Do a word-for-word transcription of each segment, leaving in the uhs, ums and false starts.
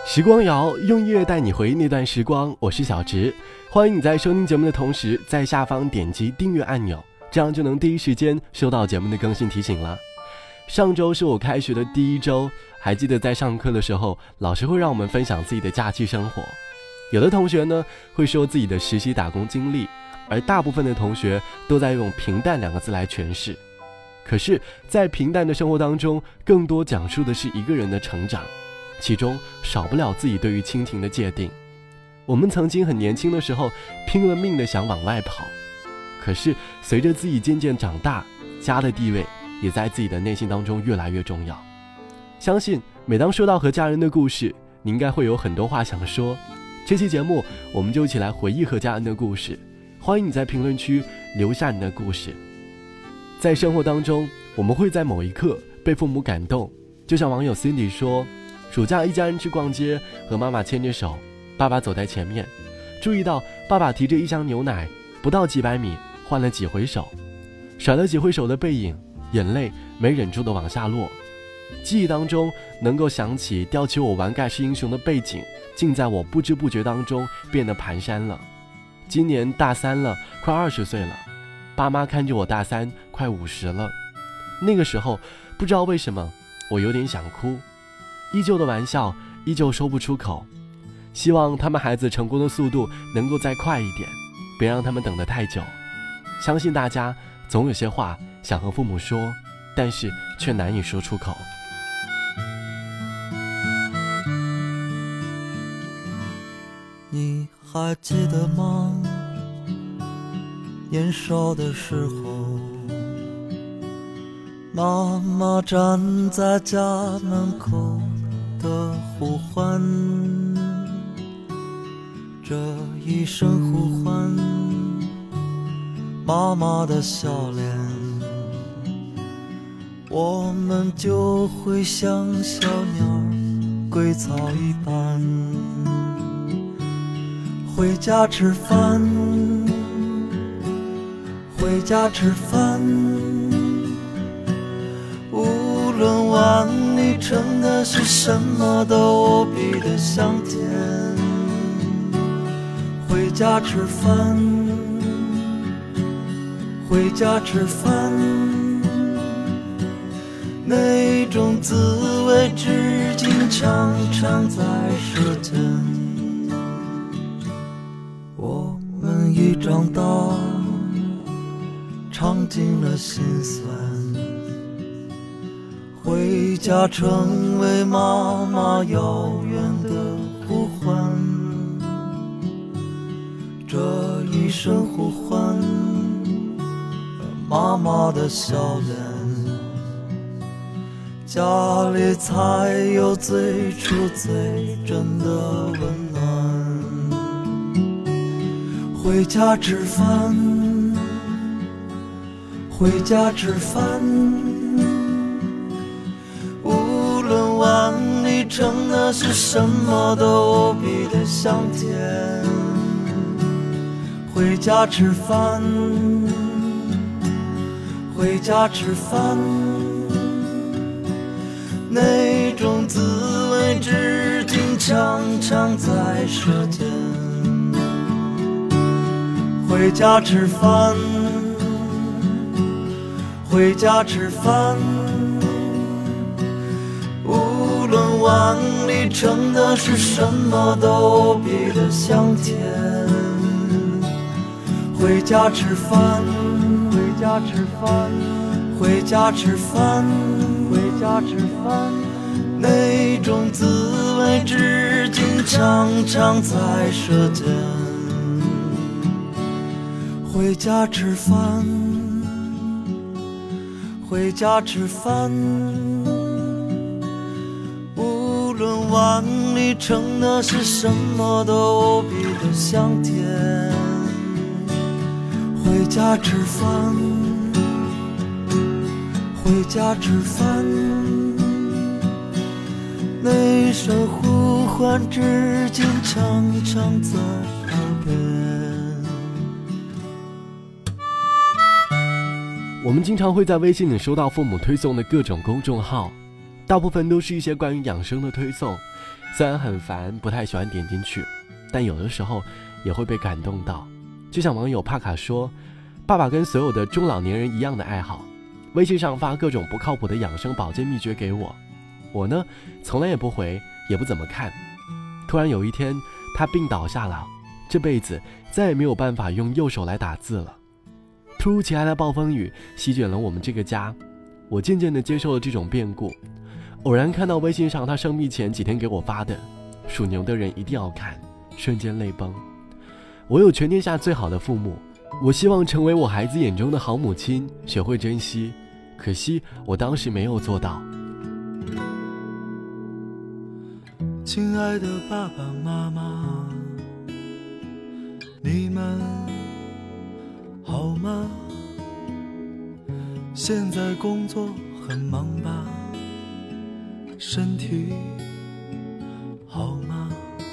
时光谣用音乐带你回忆那段时光，我是小直，欢迎你在收听节目的同时在下方点击订阅按钮，这样就能第一时间收到节目的更新提醒了。上周是我开学的第一周，还记得在上课的时候，老师会让我们分享自己的假期生活。有的同学呢会说自己的实习打工经历，而大部分的同学都在用平淡两个字来诠释。可是在平淡的生活当中，更多讲述的是一个人的成长，其中少不了自己对于亲情的界定。我们曾经很年轻的时候拼了命的想往外跑，可是随着自己渐渐长大，家的地位也在自己的内心当中越来越重要。相信每当说到和家人的故事，你应该会有很多话想说。这期节目我们就一起来回忆和家人的故事，欢迎你在评论区留下你的故事。在生活当中，我们会在某一刻被父母感动，就像网友 Cindy 说，暑假一家人去逛街，和妈妈牵着手，爸爸走在前面，注意到爸爸提着一箱牛奶，不到几百米换了几回手，甩了几回手的背影，眼泪没忍住的往下落。记忆当中能够想起吊起我玩盖世英雄的背景，竟在我不知不觉当中变得蹒跚了。今年大三了，快二十岁了，爸妈看着我大三快五十了。那个时候不知道为什么我有点想哭，依旧的玩笑依旧说不出口，希望他们孩子成功的速度能够再快一点，别让他们等得太久。相信大家总有些话想和父母说，但是却难以说出口。 你还记得吗？年少的时候，妈妈站在家门口的呼唤，这一声呼唤，妈妈的笑脸，我们就会像小鸟归巢一般，回家吃饭，回家吃饭，无论碗里盛的是什么都无比的香甜。回家吃饭，回家吃饭，那种滋味至今常常在舌尖。我们一长大，尝尽了心酸，回家成为妈妈遥远的呼唤。这一声呼唤，妈妈的笑脸，家里才有最初最真的温暖。回家吃饭，回家吃饭，无论碗里盛的是什么都无比的香甜。回家吃饭，回家吃饭，那种滋味至今常常在舌尖。回家吃饭，回家吃饭，无论碗里盛的是什么都无比的香甜。回家吃饭，回家吃饭，回家吃饭，回家吃饭，那种滋味至今常常在舌尖。回家吃饭，回家吃饭，无论碗里盛的是什么都无比的香甜。回家吃饭，回家吃饭，那声呼唤至今常常在耳边。 我们经常会在微信里收到父母推送的各种公众号， 大部分都是一些关于养生的推送，虽然很烦，不太喜欢点进去，但有的时候也会被感动到。就像网友帕卡说，爸爸跟所有的中老年人一样的爱好，微信上发各种不靠谱的养生保健秘诀给我，我呢从来也不回，也不怎么看。突然有一天他病倒下了，这辈子再也没有办法用右手来打字了。突如其来的暴风雨席卷了我们这个家，我渐渐地接受了这种变故。偶然看到微信上他生病前几天给我发的属牛的人一定要看，瞬间泪崩。我有全天下最好的父母，我希望成为我孩子眼中的好母亲，学会珍惜，可惜我当时没有做到。 亲爱的爸爸妈妈，你们好吗？现在工作很忙吧？身体好吗？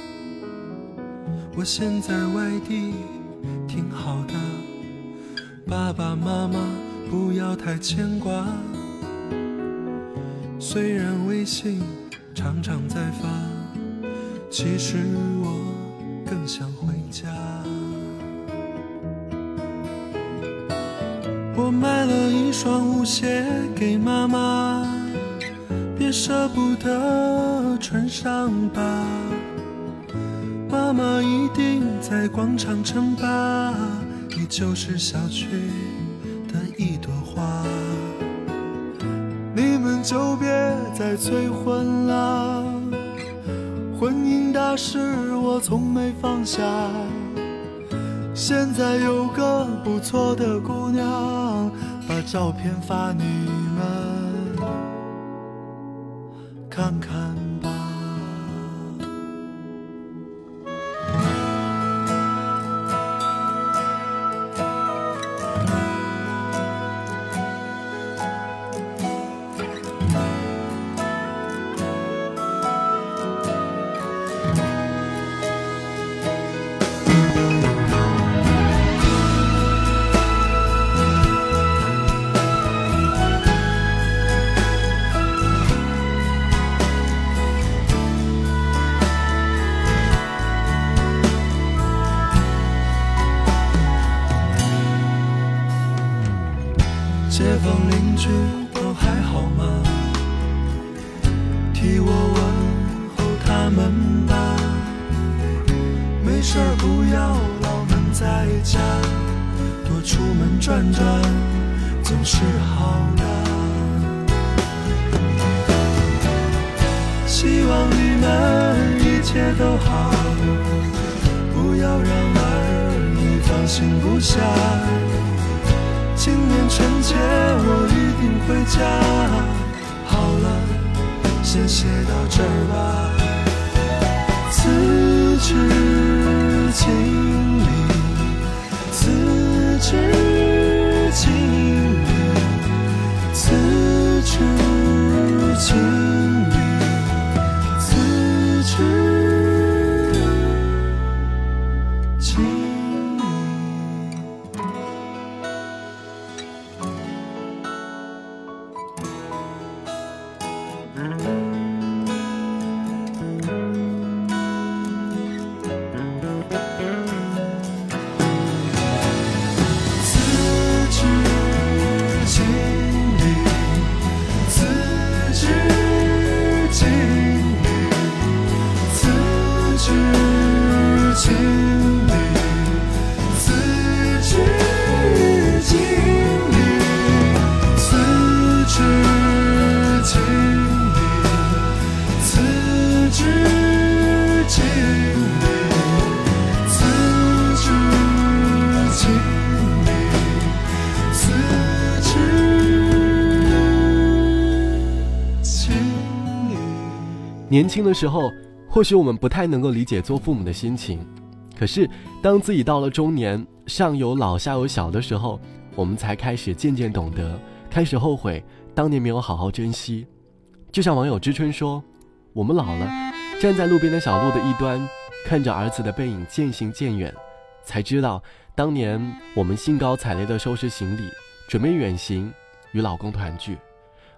我现在外地挺好的，爸爸妈妈不要太牵挂。虽然微信常常在发，其实我更想回家。我买了一双舞鞋给妈妈，别舍不得穿上吧，妈妈一定在广场称霸，你就是小区的一朵花。你们就别再催婚了，婚姻大事我从没放下，现在有个不错的姑娘，把照片发你们看看吧。街坊邻居都还好吗？替我问候他们吧。没事儿不要老闷在家，多出门转转总是好的。希望你们一切都好，不要让儿女放心不下。今年春节我一定回家。好了，先写到这儿吧。辞职经理，辞职经理，辞职经理，辞职经理。 年轻的时候，或许我们不太能够理解做父母的心情，可是当自己到了中年，上有老下有小的时候，我们才开始渐渐懂得，开始后悔当年没有好好珍惜。就像网友知春说，我们老了，站在路边的小路的一端，看着儿子的背影渐行渐远，才知道当年我们兴高采烈地收拾行李，准备远行与老公团聚。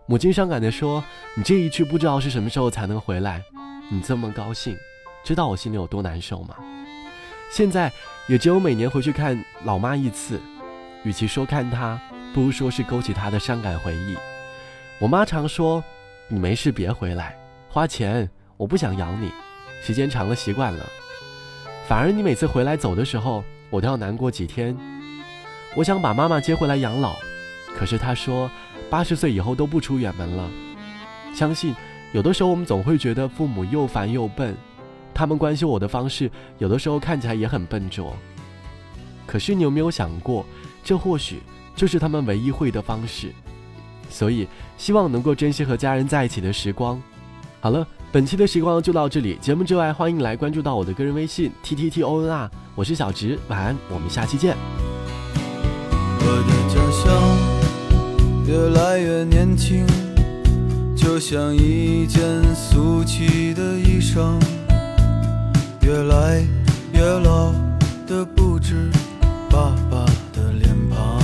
母亲伤感地说，你这一去不知道是什么时候才能回来，你这么高兴，知道我心里有多难受吗？现在也只有每年回去看老妈一次，与其说看她，不如说是勾起她的伤感回忆。我妈常说，你没事别回来，花钱我不想养你，时间长了习惯了，反而你每次回来走的时候，我都要难过几天。我想把妈妈接回来养老，可是她说八十岁以后都不出远门了。相信有的时候我们总会觉得父母又烦又笨，他们关心我的方式有的时候看起来也很笨拙，可是你有没有想过，这或许就是他们唯一会的方式。所以希望能够珍惜和家人在一起的时光。好了，本期的时光就到这里，节目之外欢迎来关注到我的个人微信 T T T O N R， 我是小直，晚安，我们下期见。 我的家乡越来越年轻，就像一件俗气的衣裳，越来越老的不止爸爸的脸庞。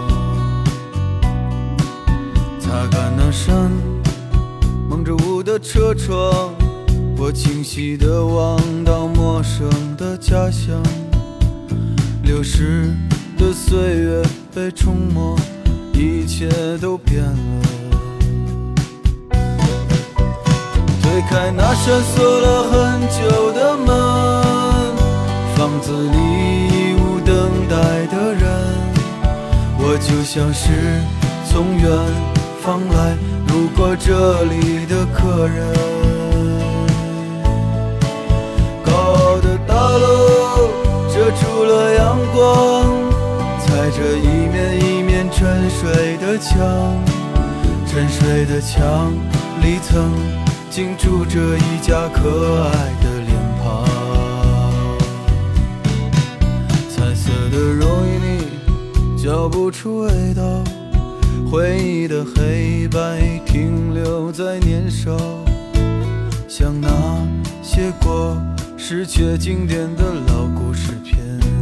擦干那扇蒙着雾的车窗，我清晰地望到陌生的家乡。流逝的岁月被冲没，一切都变了。推开那扇锁了很久的门，房子里已无等待的人，我就像是从远方来路过这里的客人。高傲的大楼遮住了阳光，踩着一面一面沉睡的墙，沉睡的墙里曾经住着一家可爱的脸庞。彩色的容易你嚼不出味道，回忆的黑白停留在年少，像那些过时却经典的老故事片。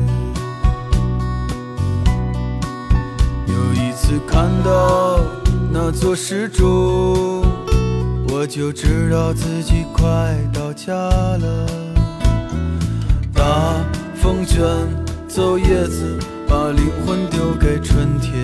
有一次看到那座石柱，我就知道自己快到家了。大风卷走叶子，把灵魂丢给春天。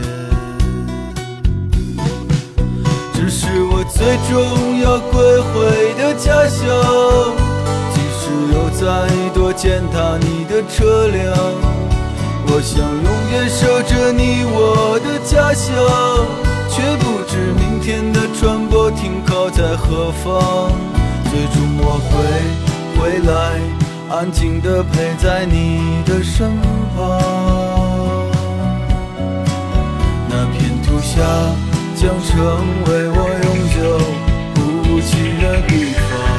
这是我最终要归回的家乡，即使有再多践踏你的车辆，我想永远守着你我的家乡，却不知明天的船舶停靠在何方。最终我会回来，安静地陪在你的身旁。那片土下将成为我永久不弃的地方。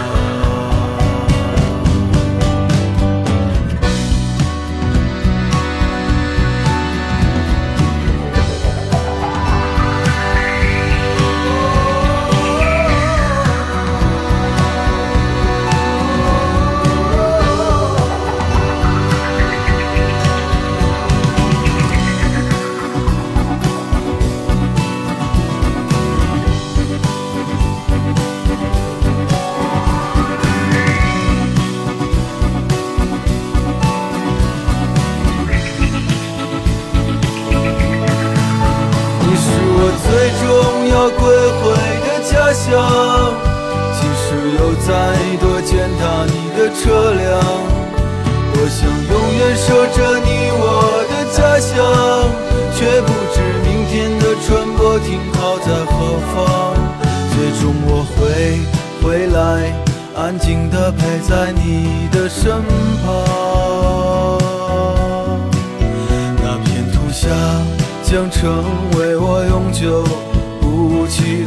归回的家乡，即使有再多践踏你的车辆，我想永远守着你我的家乡，却不知明天的船舶停靠在何方。最终我会回来，安静地陪在你的身旁。那片土下将成为我永久不弃